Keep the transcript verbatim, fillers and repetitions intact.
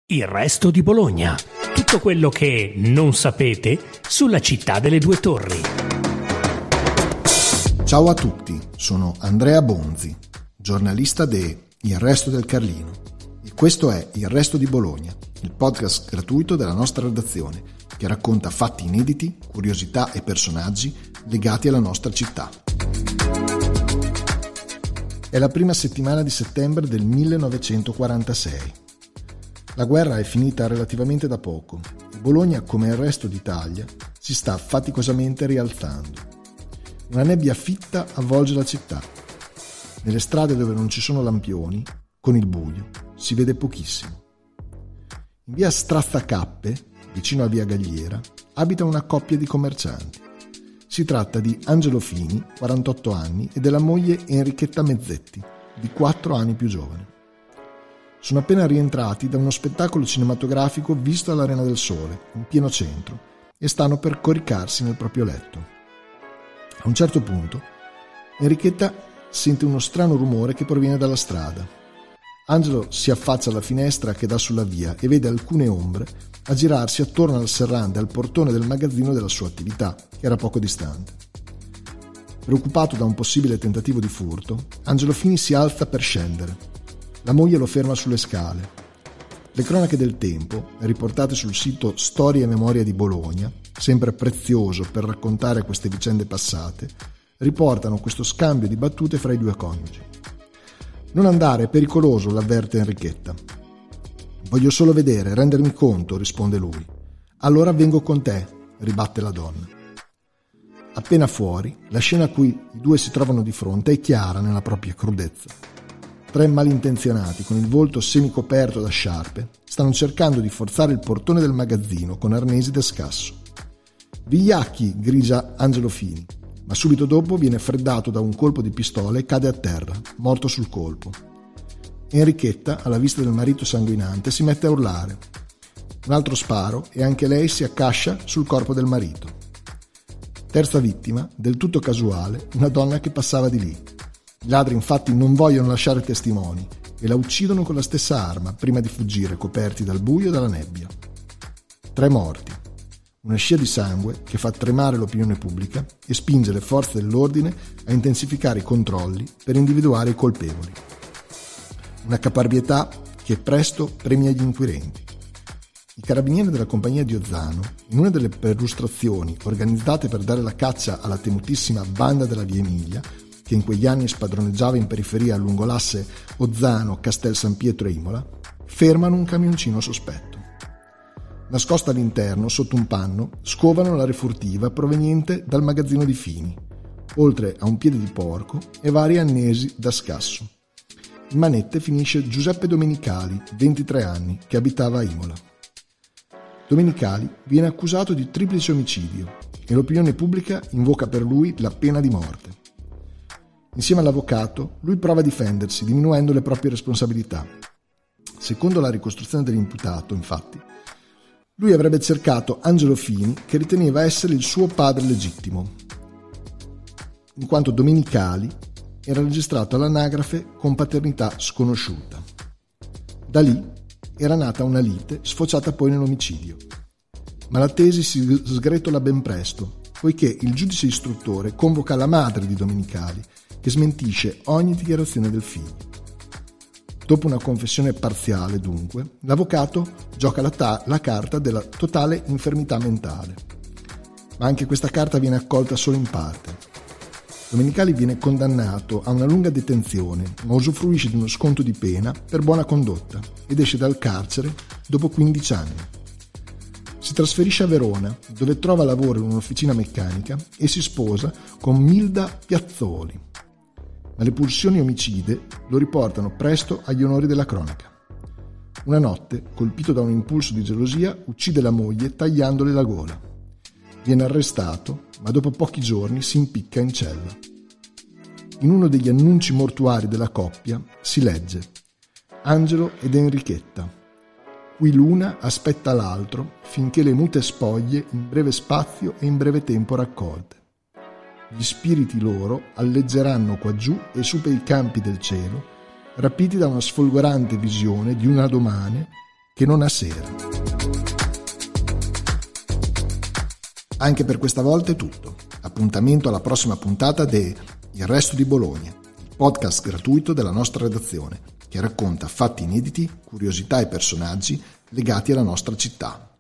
Il resto di Bologna. Tutto quello che non sapete sulla città delle due torri. Ciao a tutti, sono Andrea Bonzi, giornalista de Il Resto del Carlino, e questo è Il Resto di Bologna, il podcast gratuito della nostra redazione che racconta fatti inediti, curiosità e personaggi legati alla nostra città. È la prima settimana di settembre del millenovecentoquarantasei. La guerra è finita relativamente da poco e Bologna, come il resto d'Italia, si sta faticosamente rialzando. Una nebbia fitta avvolge la città. Nelle strade dove non ci sono lampioni, con il buio, si vede pochissimo. In via Strazzacappe, vicino a via Galliera, abita una coppia di commercianti. Si tratta di Angelo Fini, quarantotto anni, e della moglie Enrichetta Mezzetti, di quattro anni più giovane. Sono appena rientrati da uno spettacolo cinematografico visto all'Arena del Sole, in pieno centro, e stanno per coricarsi nel proprio letto. A un certo punto, Enrichetta sente uno strano rumore che proviene dalla strada. Angelo si affaccia alla finestra che dà sulla via e vede alcune ombre aggirarsi attorno al serrande e al portone del magazzino della sua attività, che era poco distante. Preoccupato da un possibile tentativo di furto, Angelo Fini si alza per scendere. La moglie lo ferma sulle scale. Le cronache del tempo, riportate sul sito Storia e Memoria di Bologna, sempre prezioso per raccontare queste vicende passate, riportano questo scambio di battute fra i due coniugi. «Non andare, è pericoloso», l'avverte Enrichetta. «Voglio solo vedere, rendermi conto», risponde lui. «Allora vengo con te», ribatte la donna. Appena fuori, la scena a cui i due si trovano di fronte è chiara nella propria crudezza. Tre malintenzionati, con il volto semicoperto da sciarpe, stanno cercando di forzare il portone del magazzino con arnesi da scasso. «Vigliacchi!» grigia Angelo Fini, ma subito dopo viene freddato da un colpo di pistola e cade a terra, morto sul colpo. Enrichetta, alla vista del marito sanguinante, si mette a urlare. Un altro sparo e anche lei si accascia sul corpo del marito. Terza vittima, del tutto casuale, una donna che passava di lì. I ladri infatti non vogliono lasciare testimoni e la uccidono con la stessa arma prima di fuggire coperti dal buio e dalla nebbia. Tre morti. Una scia di sangue che fa tremare l'opinione pubblica e spinge le forze dell'ordine a intensificare i controlli per individuare i colpevoli. Una caparbietà che presto premia gli inquirenti. I carabinieri della compagnia di Ozzano, in una delle perlustrazioni organizzate per dare la caccia alla temutissima banda della Via Emilia, che in quegli anni spadroneggiava in periferia lungo l'asse Ozzano, Castel San Pietro e Imola, fermano un camioncino sospetto. Nascosta all'interno, sotto un panno, scovano la refurtiva proveniente dal magazzino di Fini, oltre a un piede di porco e vari annesi da scasso. In manette finisce Giuseppe Domenicali, ventitré anni, che abitava a Imola. Domenicali viene accusato di triplice omicidio e l'opinione pubblica invoca per lui la pena di morte. Insieme all'avvocato, lui prova a difendersi, diminuendo le proprie responsabilità. Secondo la ricostruzione dell'imputato, infatti, lui avrebbe cercato Angelo Fini, che riteneva essere il suo padre legittimo, in quanto Domenicali era registrato all'anagrafe con paternità sconosciuta. Da lì era nata una lite, sfociata poi nell'omicidio. Ma la tesi si sgretola ben presto, poiché il giudice istruttore convoca la madre di Domenicali, che smentisce ogni dichiarazione del figlio. Dopo una confessione parziale, dunque, l'avvocato gioca la, ta- la carta della totale infermità mentale. Ma anche questa carta viene accolta solo in parte. Domenicali viene condannato a una lunga detenzione, ma usufruisce di uno sconto di pena per buona condotta ed esce dal carcere dopo quindici anni. Si trasferisce a Verona, dove trova lavoro in un'officina meccanica e si sposa con Milda Piazzoli. Ma le pulsioni omicide lo riportano presto agli onori della cronaca. Una notte, colpito da un impulso di gelosia, uccide la moglie tagliandole la gola. Viene arrestato, ma dopo pochi giorni si impicca in cella. In uno degli annunci mortuari della coppia si legge: Angelo ed Enrichetta. Qui l'una aspetta l'altro finché le mute spoglie in breve spazio e in breve tempo raccolte. Gli spiriti loro alleggeranno quaggiù e su per i campi del cielo, rapiti da una sfolgorante visione di una domane che non ha sera. Anche per questa volta è tutto. Appuntamento alla prossima puntata de Il Resto di Bologna, il podcast gratuito della nostra redazione, che racconta fatti inediti, curiosità e personaggi legati alla nostra città.